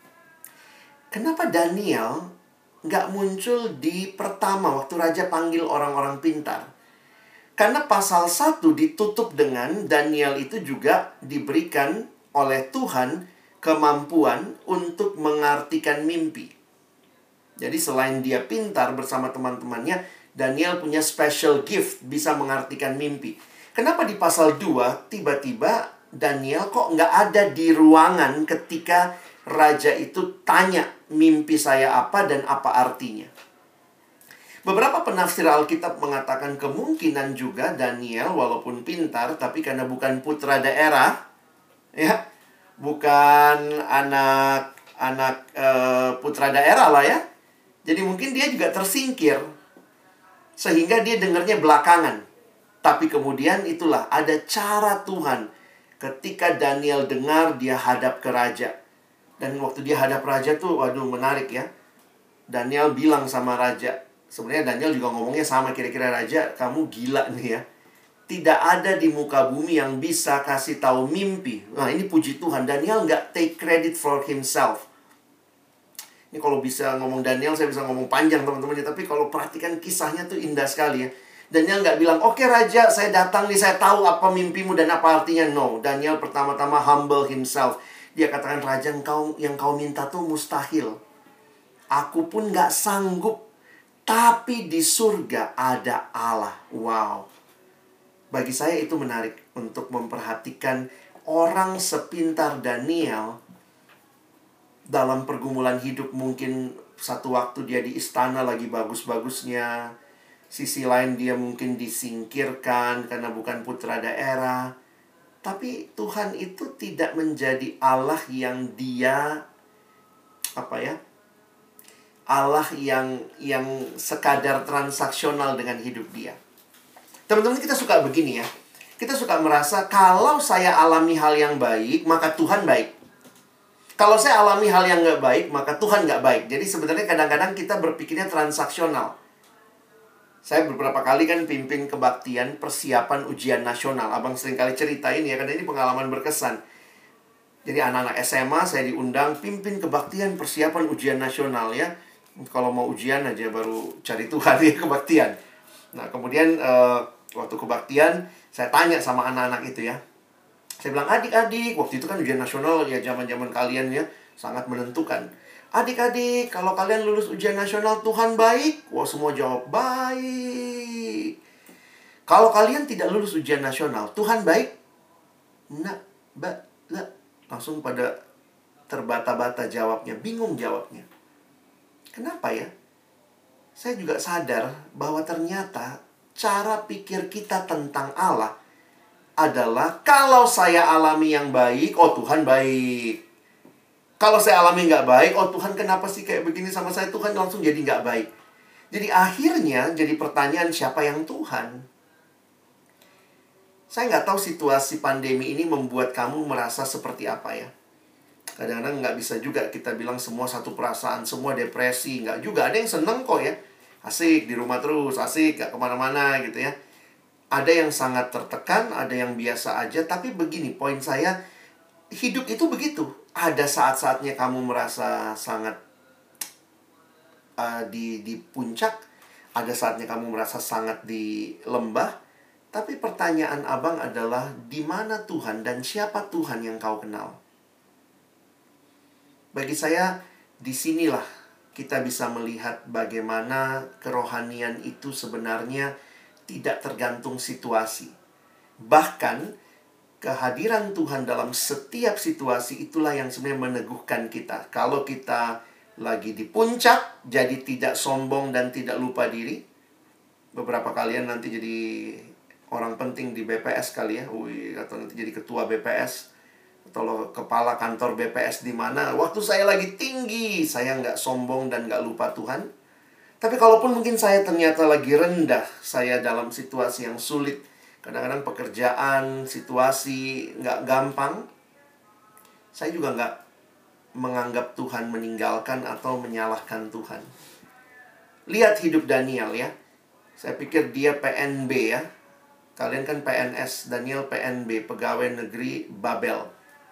Kenapa Daniel nggak muncul di pertama waktu raja panggil orang-orang pintar? Karena pasal 1 ditutup dengan Daniel itu juga diberikan oleh Tuhan kemampuan untuk mengartikan mimpi. Jadi selain dia pintar bersama teman-temannya, Daniel punya special gift bisa mengartikan mimpi. Kenapa di pasal 2 tiba-tiba Daniel kok nggak ada di ruangan ketika raja itu tanya mimpi saya apa dan apa artinya? Beberapa penafsir Alkitab mengatakan kemungkinan juga Daniel walaupun pintar, tapi karena bukan putra daerah, ya, bukan anak putra daerah lah ya. Jadi mungkin dia juga tersingkir. Sehingga dia dengarnya belakangan. Tapi kemudian itulah ada cara Tuhan. Ketika Daniel dengar, dia hadap ke raja. Dan waktu dia hadap raja tuh, waduh menarik ya. Daniel bilang sama raja. Sebenarnya Daniel juga ngomongnya sama kira-kira, raja kamu gila nih ya. Tidak ada di muka bumi yang bisa kasih tahu mimpi. Nah ini puji Tuhan, Daniel nggak take credit for himself. Ini kalau bisa ngomong Daniel, saya bisa ngomong panjang teman-teman. Tapi kalau perhatikan kisahnya tuh indah sekali ya. Daniel nggak bilang, oke raja, saya datang nih, saya tahu apa mimpimu dan apa artinya. No, Daniel pertama-tama humble himself. Dia katakan, raja yang kau minta tuh mustahil. Aku pun nggak sanggup. Tapi di surga ada Allah. Wow. Bagi saya itu menarik untuk memperhatikan orang sepintar Daniel. Dalam pergumulan hidup mungkin satu waktu dia di istana lagi bagus-bagusnya. Sisi lain dia mungkin disingkirkan karena bukan putra daerah. Tapi Tuhan itu tidak menjadi Allah yang dia Allah yang sekadar transaksional dengan hidup dia. Teman-teman, kita suka begini ya. Kita suka merasa kalau saya alami hal yang baik, maka Tuhan baik. Kalau saya alami hal yang nggak baik, maka Tuhan nggak baik. Jadi sebenarnya kadang-kadang kita berpikirnya transaksional. Saya beberapa kali kan pimpin kebaktian persiapan ujian nasional. Abang sering kali ceritain ya, karena ini pengalaman berkesan. Jadi anak-anak SMA saya diundang pimpin kebaktian persiapan ujian nasional ya. Kalau mau ujian aja baru cari Tuhan ya, kebaktian. Nah kemudian waktu kebaktian saya tanya sama anak-anak itu ya. Saya bilang, adik-adik, waktu itu kan ujian nasional ya, zaman-zaman kalian ya, sangat menentukan. Adik-adik, kalau kalian lulus ujian nasional, Tuhan baik? Wah, semua jawab, baik. Kalau kalian tidak lulus ujian nasional, Tuhan baik? Langsung pada terbata-bata jawabnya, bingung jawabnya. Kenapa ya? Saya juga sadar bahwa ternyata cara pikir kita tentang Allah adalah kalau saya alami yang baik, oh Tuhan baik. Kalau saya alami nggak baik, oh Tuhan kenapa sih kayak begini sama saya? Tuhan langsung jadi nggak baik. Jadi akhirnya jadi pertanyaan siapa yang Tuhan? Saya nggak tahu situasi pandemi ini membuat kamu merasa seperti apa ya. Kadang-kadang nggak bisa juga kita bilang semua satu perasaan, semua depresi. Nggak juga, ada yang seneng kok ya. Asik di rumah terus, asik nggak kemana-mana gitu ya. Ada yang sangat tertekan, ada yang biasa aja. Tapi begini, poin saya, hidup itu begitu. Ada saat-saatnya kamu merasa sangat di puncak. Ada saatnya kamu merasa sangat di lembah. Tapi pertanyaan abang adalah, di mana Tuhan dan siapa Tuhan yang kau kenal? Bagi saya, disinilah kita bisa melihat bagaimana kerohanian itu sebenarnya tidak tergantung situasi. Bahkan, kehadiran Tuhan dalam setiap situasi itulah yang sebenarnya meneguhkan kita. Kalau kita lagi di puncak, jadi tidak sombong dan tidak lupa diri. Beberapa kalian nanti jadi orang penting di BPS kali ya. Atau nanti jadi ketua BPS. Atau kepala kantor BPS di mana. Waktu saya lagi tinggi, saya nggak sombong dan nggak lupa Tuhan. Tapi kalaupun mungkin saya ternyata lagi rendah, saya dalam situasi yang sulit, kadang-kadang pekerjaan, situasi nggak gampang, saya juga nggak menganggap Tuhan meninggalkan atau menyalahkan Tuhan. Lihat hidup Daniel ya. Saya pikir dia PNB ya. Kalian kan PNS, Daniel PNB, Pegawai Negeri Babel.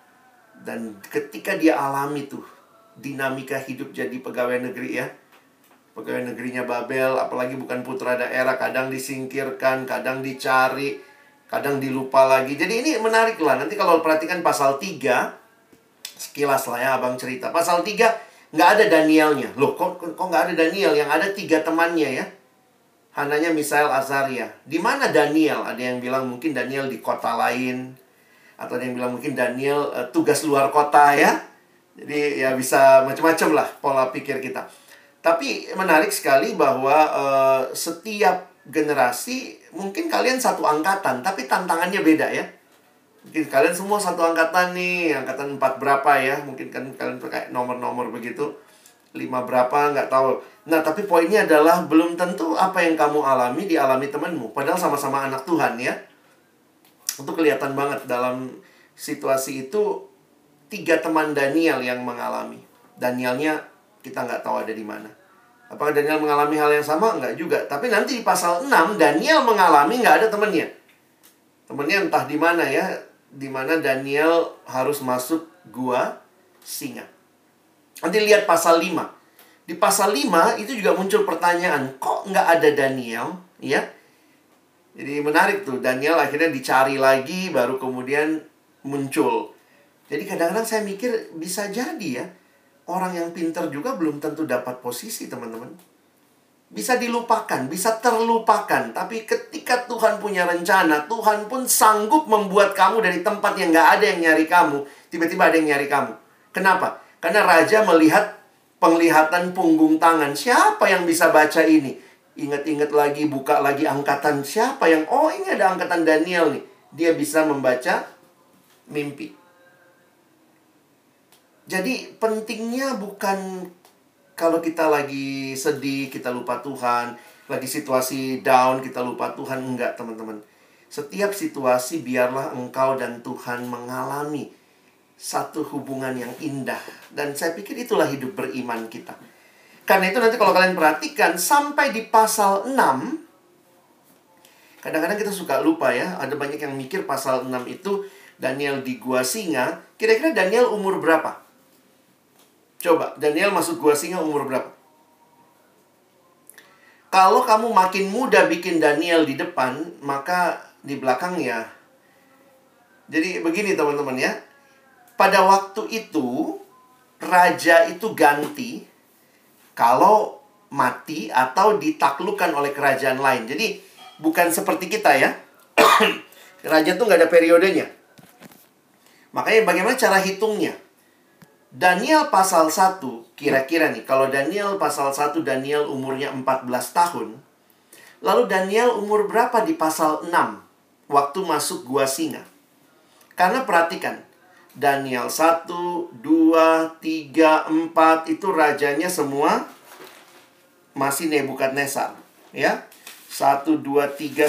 Dan ketika dia alami tuh dinamika hidup jadi pegawai negeri ya, pegawai negerinya Babel, apalagi bukan putra daerah, kadang disingkirkan, kadang dicari, kadang dilupa lagi. Jadi ini menarik lah. Nanti kalau perhatikan pasal 3, sekilas lah ya abang cerita. Pasal 3 nggak ada Danielnya. Loh kok nggak ada Daniel? Yang ada 3 temannya ya. Hananya, Misael, Azaria. Di mana Daniel? Ada yang bilang mungkin Daniel di kota lain. Atau ada yang bilang mungkin Daniel tugas luar kota ya. Jadi ya bisa macam-macam lah pola pikir kita. Tapi menarik sekali bahwa setiap generasi, mungkin kalian satu angkatan, tapi tantangannya beda ya. Mungkin kalian semua satu angkatan nih, angkatan 4 berapa ya. Mungkin kan kalian pakai nomor-nomor begitu. 5 berapa, nggak tahu. Nah, tapi poinnya adalah belum tentu apa yang kamu alami dialami temanmu. Padahal sama-sama anak Tuhan ya. Itu kelihatan banget dalam situasi itu 3 teman Daniel yang mengalami. Danielnya kita nggak tahu ada di mana. Apakah Daniel mengalami hal yang sama? Nggak juga. Tapi nanti di pasal 6, Daniel mengalami nggak ada temannya. Temannya entah di mana ya. Di mana Daniel harus masuk gua singa. Nanti lihat pasal 5. Di pasal 5 itu juga muncul pertanyaan, kok nggak ada Daniel? Ya. Jadi menarik tuh, Daniel akhirnya dicari lagi, baru kemudian muncul. Jadi kadang-kadang saya mikir, bisa jadi ya, orang yang pintar juga belum tentu dapat posisi, teman-teman. Bisa dilupakan, bisa terlupakan. Tapi ketika Tuhan punya rencana, Tuhan pun sanggup membuat kamu dari tempat yang nggak ada yang nyari kamu, tiba-tiba ada yang nyari kamu. Kenapa? Karena Raja melihat penglihatan punggung tangan. Siapa yang bisa baca ini? Ingat-ingat lagi, buka lagi angkatan. Siapa yang, oh ini ada angkatan Daniel nih. Dia bisa membaca mimpi. Jadi pentingnya bukan kalau kita lagi sedih, kita lupa Tuhan. Lagi situasi down, kita lupa Tuhan. Enggak, teman-teman. Setiap situasi biarlah engkau dan Tuhan mengalami satu hubungan yang indah. Dan saya pikir itulah hidup beriman kita. Karena itu nanti kalau kalian perhatikan, sampai di pasal 6, kadang-kadang kita suka lupa ya. Ada banyak yang mikir pasal 6 itu Daniel di gua singa. Kira-kira Daniel umur berapa? Coba, Daniel masuk gua singa umur berapa? Kalau kamu makin muda bikin Daniel di depan, maka di belakang ya. Jadi begini teman-teman ya. Pada waktu itu, raja itu ganti kalau mati atau ditaklukkan oleh kerajaan lain. Jadi bukan seperti kita ya. Raja tuh nggak ada periodenya. Makanya bagaimana cara hitungnya? Daniel pasal 1, kira-kira nih, kalau Daniel pasal 1, Daniel umurnya 14 tahun. Lalu Daniel umur berapa di pasal 6? waktu masuk gua singa. Karena perhatikan, Daniel 1, 2, 3, 4 itu rajanya semua masih Nebukadnezar, ya. 1, 2, 3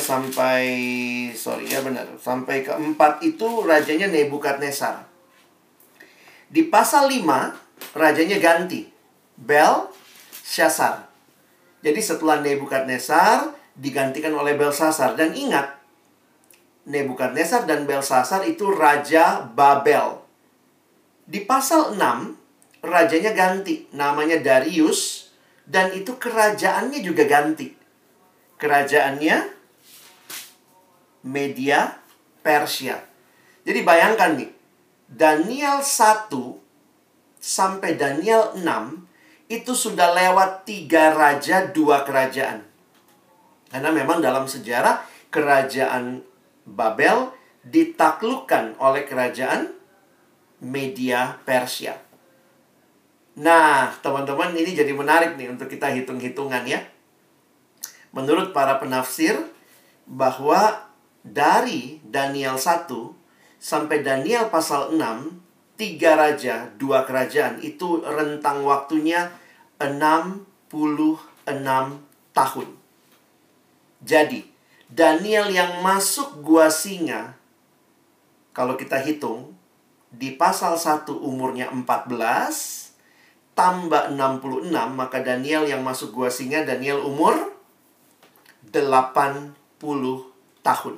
sampai ke 4 itu rajanya Nebukadnezar. Di pasal 5 rajanya ganti, Belshazzar. Jadi setelah Nebukadnezar digantikan oleh Belshazzar. Dan ingat, Nebukadnezar dan Belshazzar itu raja Babel. Di pasal 6 rajanya ganti, namanya Darius, dan itu kerajaannya juga ganti. Kerajaannya Media Persia. Jadi bayangkan nih, Daniel 1 sampai Daniel 6 itu sudah lewat 3 raja, 2 kerajaan. Karena memang dalam sejarah kerajaan Babel ditaklukkan oleh kerajaan Media Persia. Nah, teman-teman, ini jadi menarik nih untuk kita hitung-hitungan ya. Menurut para penafsir, bahwa dari Daniel 1 sampai Daniel pasal 6, 3 raja, 2 kerajaan, itu rentang waktunya 66 tahun. Jadi, Daniel yang masuk gua singa, kalau kita hitung, di pasal 1 umurnya 14, tambah 66, maka Daniel yang masuk gua singa, Daniel umur 80 tahun.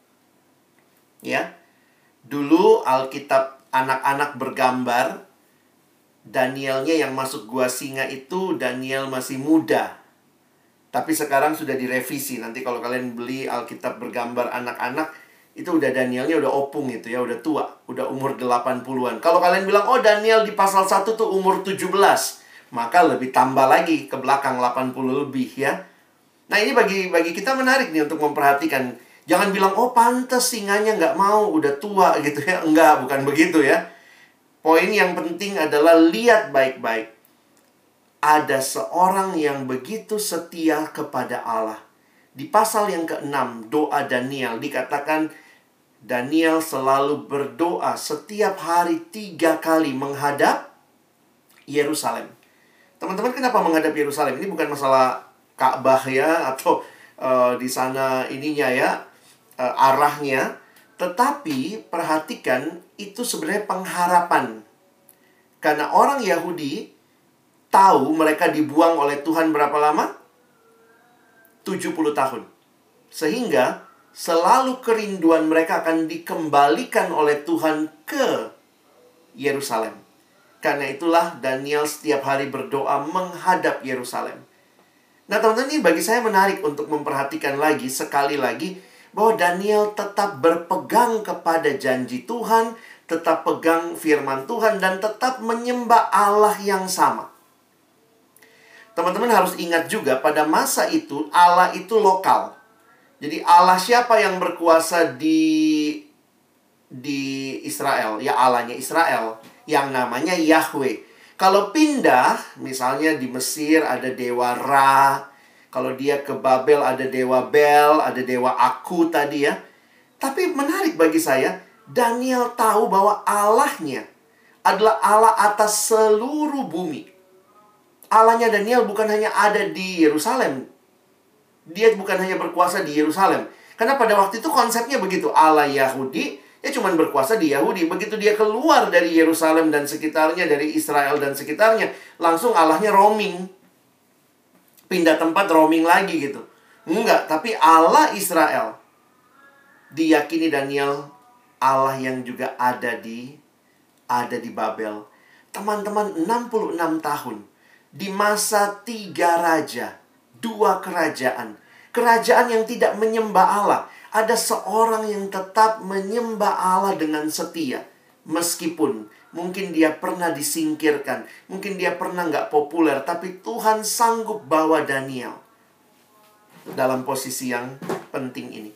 Ya. Dulu Alkitab anak-anak bergambar Danielnya yang masuk gua singa itu Daniel masih muda. Tapi sekarang sudah direvisi. Nanti kalau kalian beli Alkitab bergambar anak-anak, itu udah Danielnya udah opung gitu ya, udah tua, udah umur 80-an. Kalau kalian bilang, oh Daniel di pasal 1 tuh umur 17, maka lebih tambah lagi ke belakang 80 lebih ya. Nah ini bagi kita menarik nih untuk memperhatikan. Jangan bilang, oh pantes singanya nggak mau, udah tua gitu ya. Enggak, bukan begitu ya. Poin yang penting adalah lihat baik-baik. Ada seorang yang begitu setia kepada Allah. Di pasal yang ke-6, doa Daniel, dikatakan Daniel selalu berdoa setiap hari 3 kali menghadap Yerusalem. Teman-teman, kenapa menghadap Yerusalem? Ini bukan masalah Ka'bah ya, atau di sana ininya ya, arahnya. Tetapi perhatikan, itu sebenarnya pengharapan. Karena orang Yahudi tahu mereka dibuang oleh Tuhan berapa lama? 70 tahun. Sehingga selalu kerinduan mereka akan dikembalikan oleh Tuhan ke Yerusalem. Karena itulah Daniel setiap hari berdoa menghadap Yerusalem. Nah teman-teman, ini bagi saya menarik untuk memperhatikan lagi, sekali lagi, bahwa Daniel tetap berpegang kepada janji Tuhan, tetap pegang firman Tuhan, dan tetap menyembah Allah yang sama. Teman-teman harus ingat juga, pada masa itu, Allah itu lokal. Jadi Allah siapa yang berkuasa di Israel? Ya Allahnya Israel, yang namanya Yahweh. Kalau pindah, misalnya di Mesir ada dewa Ra, kalau dia ke Babel ada dewa Bel, ada dewa Aku tadi ya. Tapi menarik bagi saya, Daniel tahu bahwa Allahnya adalah Allah atas seluruh bumi. Allahnya Daniel bukan hanya ada di Yerusalem. Dia bukan hanya berkuasa di Yerusalem. Karena pada waktu itu konsepnya begitu. Allah Yahudi, dia cuma berkuasa di Yahudi. Begitu dia keluar dari Yerusalem dan sekitarnya, dari Israel dan sekitarnya, langsung Allahnya roaming. Pindah tempat roaming lagi gitu. Enggak, tapi Allah Israel diyakini Daniel Allah yang juga ada di Babel. Teman-teman, 66 tahun. Di masa 3 raja, 2 kerajaan. Kerajaan yang tidak menyembah Allah. Ada seorang yang tetap menyembah Allah dengan setia. Meskipun mungkin dia pernah disingkirkan, mungkin dia pernah nggak populer, tapi Tuhan sanggup bawa Daniel dalam posisi yang penting ini.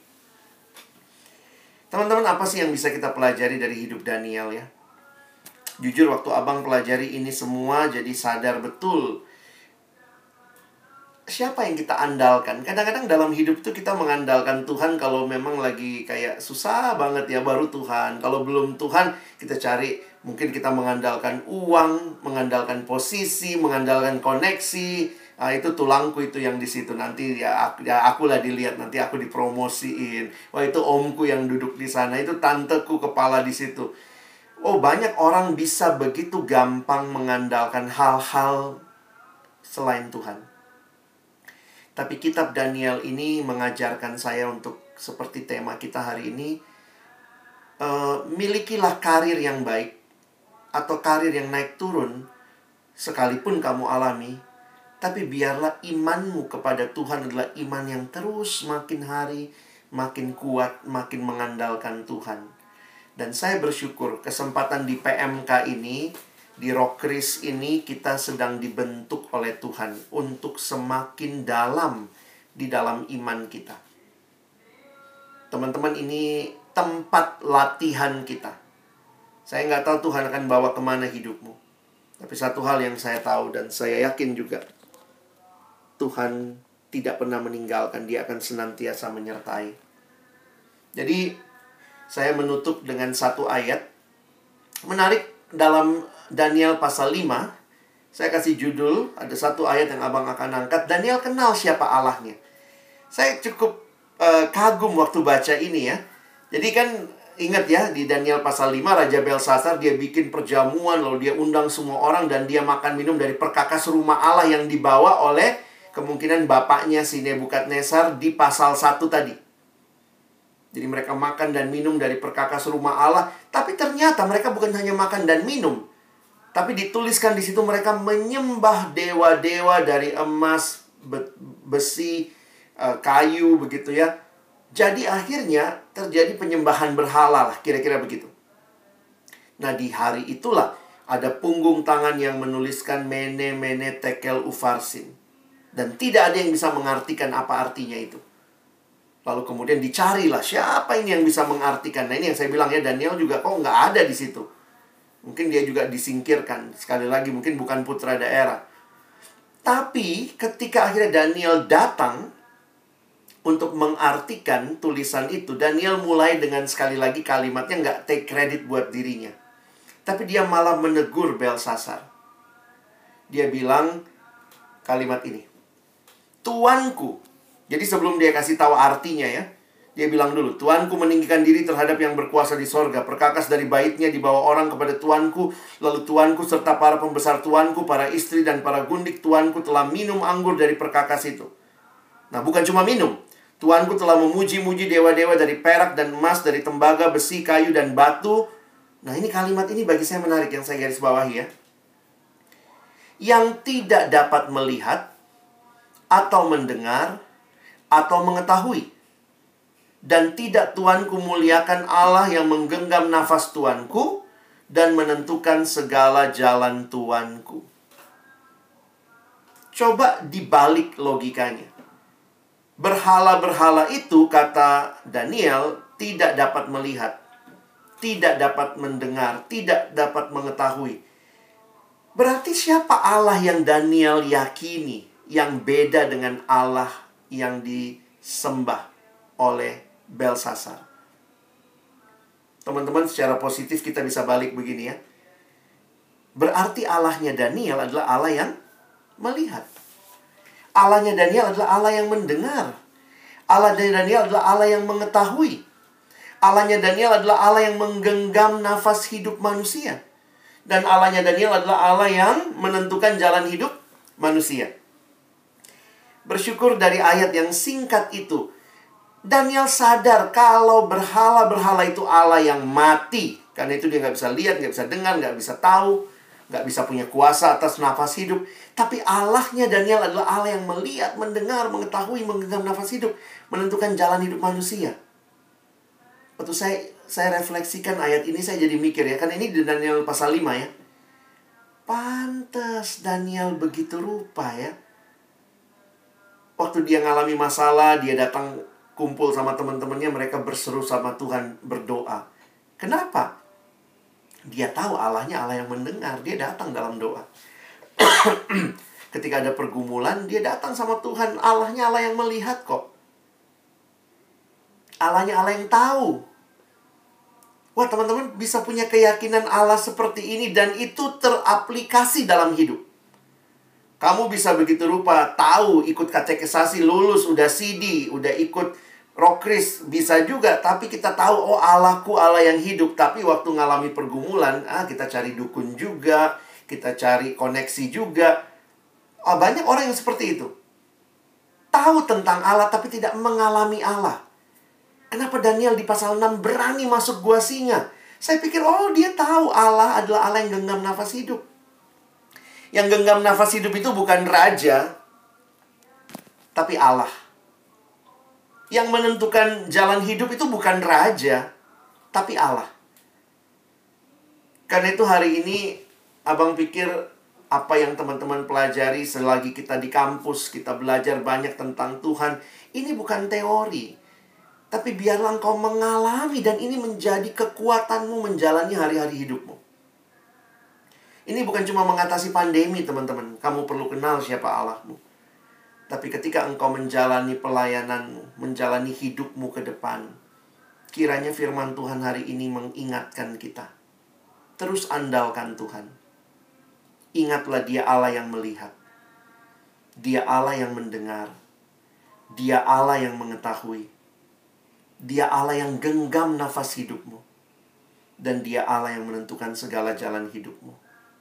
Teman-teman, apa sih yang bisa kita pelajari dari hidup Daniel ya? Jujur waktu abang pelajari ini semua, jadi sadar betul siapa yang kita andalkan? Kadang-kadang dalam hidup itu kita mengandalkan Tuhan kalau memang lagi kayak susah banget ya, baru Tuhan. Kalau belum Tuhan, kita cari, mungkin kita mengandalkan uang, mengandalkan posisi, mengandalkan koneksi. Nah, itu tulangku itu yang di situ. Nanti akulah dilihat, nanti aku dipromosiin. Wah, itu omku yang duduk di sana, itu tanteku kepala di situ. Oh, banyak orang bisa begitu gampang mengandalkan hal-hal selain Tuhan. Tapi kitab Daniel ini mengajarkan saya untuk, seperti tema kita hari ini, milikilah karir yang baik atau karir yang naik turun, sekalipun kamu alami. Tapi biarlah imanmu kepada Tuhan adalah iman yang terus makin hari makin kuat, makin mengandalkan Tuhan. Dan saya bersyukur kesempatan di PMK ini, di Rockris ini, kita sedang dibentuk oleh Tuhan untuk semakin dalam di dalam iman kita. Teman-teman, ini tempat latihan kita. Saya nggak tahu Tuhan akan bawa kemana hidupmu. Tapi satu hal yang saya tahu dan saya yakin juga, Tuhan tidak pernah meninggalkan, Dia akan senantiasa menyertai. Jadi, saya menutup dengan satu ayat menarik dalam Daniel pasal 5. Saya kasih judul, ada satu ayat yang abang akan angkat. Daniel kenal siapa Allahnya. Saya cukup kagum waktu baca ini ya. Jadi kan ingat ya, di Daniel pasal 5, Raja Belsasar dia bikin perjamuan, lalu dia undang semua orang dan dia makan minum dari perkakas rumah Allah yang dibawa oleh kemungkinan bapaknya si Nebukadnezar di pasal 1 tadi. Jadi mereka makan dan minum dari perkakas rumah Allah. Tapi ternyata mereka bukan hanya makan dan minum. Tapi dituliskan di situ mereka menyembah dewa-dewa dari emas, besi, kayu begitu ya. Jadi akhirnya terjadi penyembahan berhala lah, kira-kira begitu. Nah, di hari itulah ada punggung tangan yang menuliskan Mene Mene Tekel Ufarsin. Dan tidak ada yang bisa mengartikan apa artinya itu. Lalu kemudian dicarilah siapa ini yang bisa mengartikan. Nah, ini yang saya bilang ya, Daniel juga kok nggak ada di situ. Mungkin dia juga disingkirkan. Sekali lagi mungkin bukan putra daerah. Tapi ketika akhirnya Daniel datang untuk mengartikan tulisan itu, Daniel mulai dengan sekali lagi kalimatnya nggak take credit buat dirinya. Tapi dia malah menegur Belsasar. Dia bilang kalimat ini, Tuanku. Jadi sebelum dia kasih tahu artinya ya, dia bilang dulu, Tuanku meninggikan diri terhadap yang berkuasa di sorga. Perkakas dari baitnya dibawa orang kepada Tuanku. Lalu Tuanku serta para pembesar Tuanku, para istri dan para gundik Tuanku telah minum anggur dari perkakas itu. Nah, bukan cuma minum. Tuanku telah memuji-muji dewa-dewa dari perak dan emas, dari tembaga, besi, kayu, dan batu. Nah, ini kalimat ini bagi saya menarik yang saya garis bawahi ya. Yang tidak dapat melihat, atau mendengar, atau mengetahui. Dan tidak Tuanku muliakan Allah yang menggenggam nafas Tuanku dan menentukan segala jalan Tuanku. Coba dibalik logikanya. Berhala-berhala itu, kata Daniel, tidak dapat melihat, tidak dapat mendengar, tidak dapat mengetahui. Berarti siapa Allah yang Daniel yakini, yang beda dengan Allah yang disembah oleh Belsasar? Teman-teman, secara positif kita bisa balik begini ya. Berarti Allahnya Daniel adalah Allah yang melihat. Allahnya Daniel adalah Allah yang mendengar. Allahnya Daniel adalah Allah yang mengetahui. Allahnya Daniel adalah Allah yang menggenggam nafas hidup manusia. Dan Allahnya Daniel adalah Allah yang menentukan jalan hidup manusia. Bersyukur dari ayat yang singkat itu, Daniel sadar kalau berhala-berhala itu Allah yang mati. Karena itu dia nggak bisa lihat, nggak bisa dengar, nggak bisa tahu, nggak bisa punya kuasa atas nafas hidup. Tapi Allahnya Daniel adalah Allah yang melihat, mendengar, mengetahui, menggenggam nafas hidup, menentukan jalan hidup manusia. Waktu saya refleksikan ayat ini, saya jadi mikir ya. Kan ini di Daniel pasal 5 ya. Pantes Daniel begitu rupa ya. Waktu dia ngalami masalah, dia datang kumpul sama teman-temannya, mereka berseru sama Tuhan, berdoa. Kenapa? Dia tahu Allahnya Allah yang mendengar, dia datang dalam doa. Ketika ada pergumulan, dia datang sama Tuhan. Allahnya Allah yang melihat kok. Allahnya Allah yang tahu. Wah, teman-teman bisa punya keyakinan Allah seperti ini dan itu teraplikasi dalam hidup. Kamu bisa begitu rupa tahu, ikut katekisasi, lulus, udah CD, udah ikut rokris, bisa juga. Tapi kita tahu, oh Allahku Allah yang hidup. Tapi waktu ngalami pergumulan, kita cari dukun juga, kita cari koneksi juga. Banyak orang yang seperti itu. Tahu tentang Allah tapi tidak mengalami Allah. Kenapa Daniel di pasal 6 berani masuk gua singa? Saya pikir, dia tahu Allah adalah Allah yang genggam nafas hidup. Yang genggam nafas hidup itu bukan raja, tapi Allah. Yang menentukan jalan hidup itu bukan raja, tapi Allah. Karena itu hari ini, Abang pikir apa yang teman-teman pelajari selagi kita di kampus, kita belajar banyak tentang Tuhan. Ini bukan teori. Tapi biarlah engkau mengalami dan ini menjadi kekuatanmu menjalani hari-hari hidupmu. Ini bukan cuma mengatasi pandemi, teman-teman. Kamu perlu kenal siapa Allahmu. Tapi ketika engkau menjalani pelayananmu, menjalani hidupmu ke depan, kiranya firman Tuhan hari ini mengingatkan kita. Terus andalkan Tuhan. Ingatlah dia Allah yang melihat. Dia Allah yang mendengar. Dia Allah yang mengetahui. Dia Allah yang genggam nafas hidupmu. Dan dia Allah yang menentukan segala jalan hidupmu.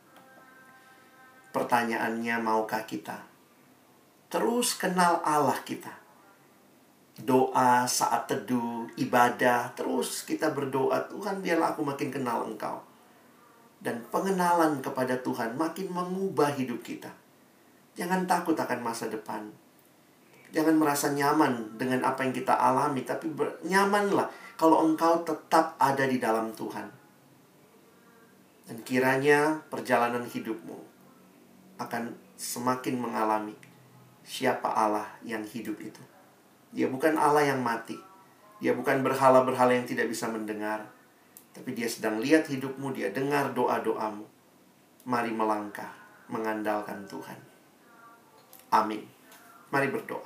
Pertanyaannya, maukah kita terus kenal Allah kita? Doa, saat teduh, ibadah, terus kita berdoa, Tuhan biarlah aku makin kenal Engkau. Dan pengenalan kepada Tuhan makin mengubah hidup kita. Jangan takut akan masa depan. Jangan merasa nyaman dengan apa yang kita alami, tapi nyamanlah kalau engkau tetap ada di dalam Tuhan. Dan kiranya perjalanan hidupmu akan semakin mengalami siapa Allah yang hidup itu. Dia bukan Allah yang mati. Dia bukan berhala-berhala yang tidak bisa mendengar. Tapi dia sedang lihat hidupmu, dia dengar doa-doamu. Mari melangkah, mengandalkan Tuhan. Amin. Mari berdoa.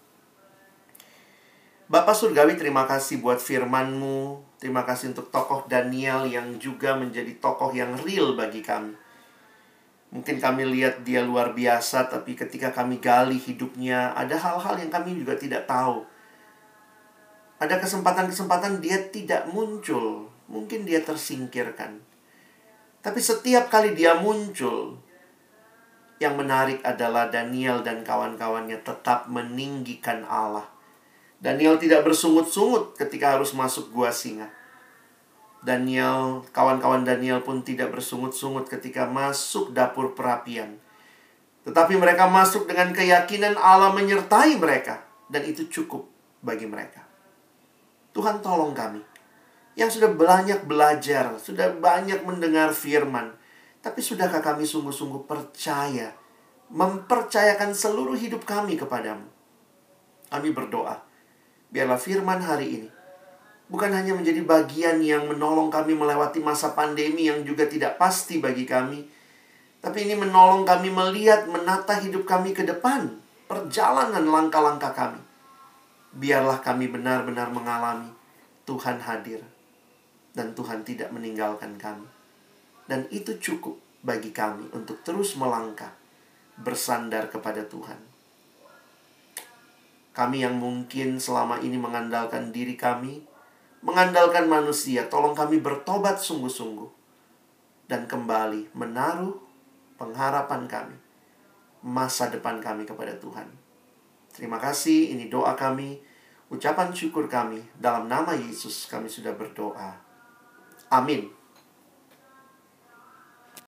Bapa Surgawi, terima kasih buat firman-Mu. Terima kasih untuk tokoh Daniel yang juga menjadi tokoh yang real bagi kami. Mungkin kami lihat dia luar biasa, tapi ketika kami gali hidupnya, ada hal-hal yang kami juga tidak tahu. Ada kesempatan-kesempatan dia tidak muncul. Mungkin dia tersingkirkan. Tapi setiap kali dia muncul, yang menarik adalah Daniel dan kawan-kawannya tetap meninggikan Allah. Daniel tidak bersungut-sungut ketika harus masuk gua singa. Kawan-kawan Daniel pun tidak bersungut-sungut ketika masuk dapur perapian. Tetapi mereka masuk dengan keyakinan Allah menyertai mereka. Dan itu cukup bagi mereka. Tuhan tolong kami. Yang sudah banyak belajar, sudah banyak mendengar firman. Tapi sudahkah kami sungguh-sungguh percaya, mempercayakan seluruh hidup kami kepadamu? Kami berdoa. Biarlah firman hari ini bukan hanya menjadi bagian yang menolong kami melewati masa pandemi yang juga tidak pasti bagi kami. Tapi ini menolong kami melihat, menata hidup kami ke depan. Perjalanan langkah-langkah kami. Biarlah kami benar-benar mengalami Tuhan hadir. Dan Tuhan tidak meninggalkan kami. Dan itu cukup bagi kami untuk terus melangkah. Bersandar kepada Tuhan. Kami yang mungkin selama ini mengandalkan diri kami, mengandalkan manusia, tolong kami bertobat sungguh-sungguh. Dan kembali menaruh pengharapan kami, masa depan kami kepada Tuhan. Terima kasih, ini doa kami, ucapan syukur kami. Dalam nama Yesus kami sudah berdoa. Amin.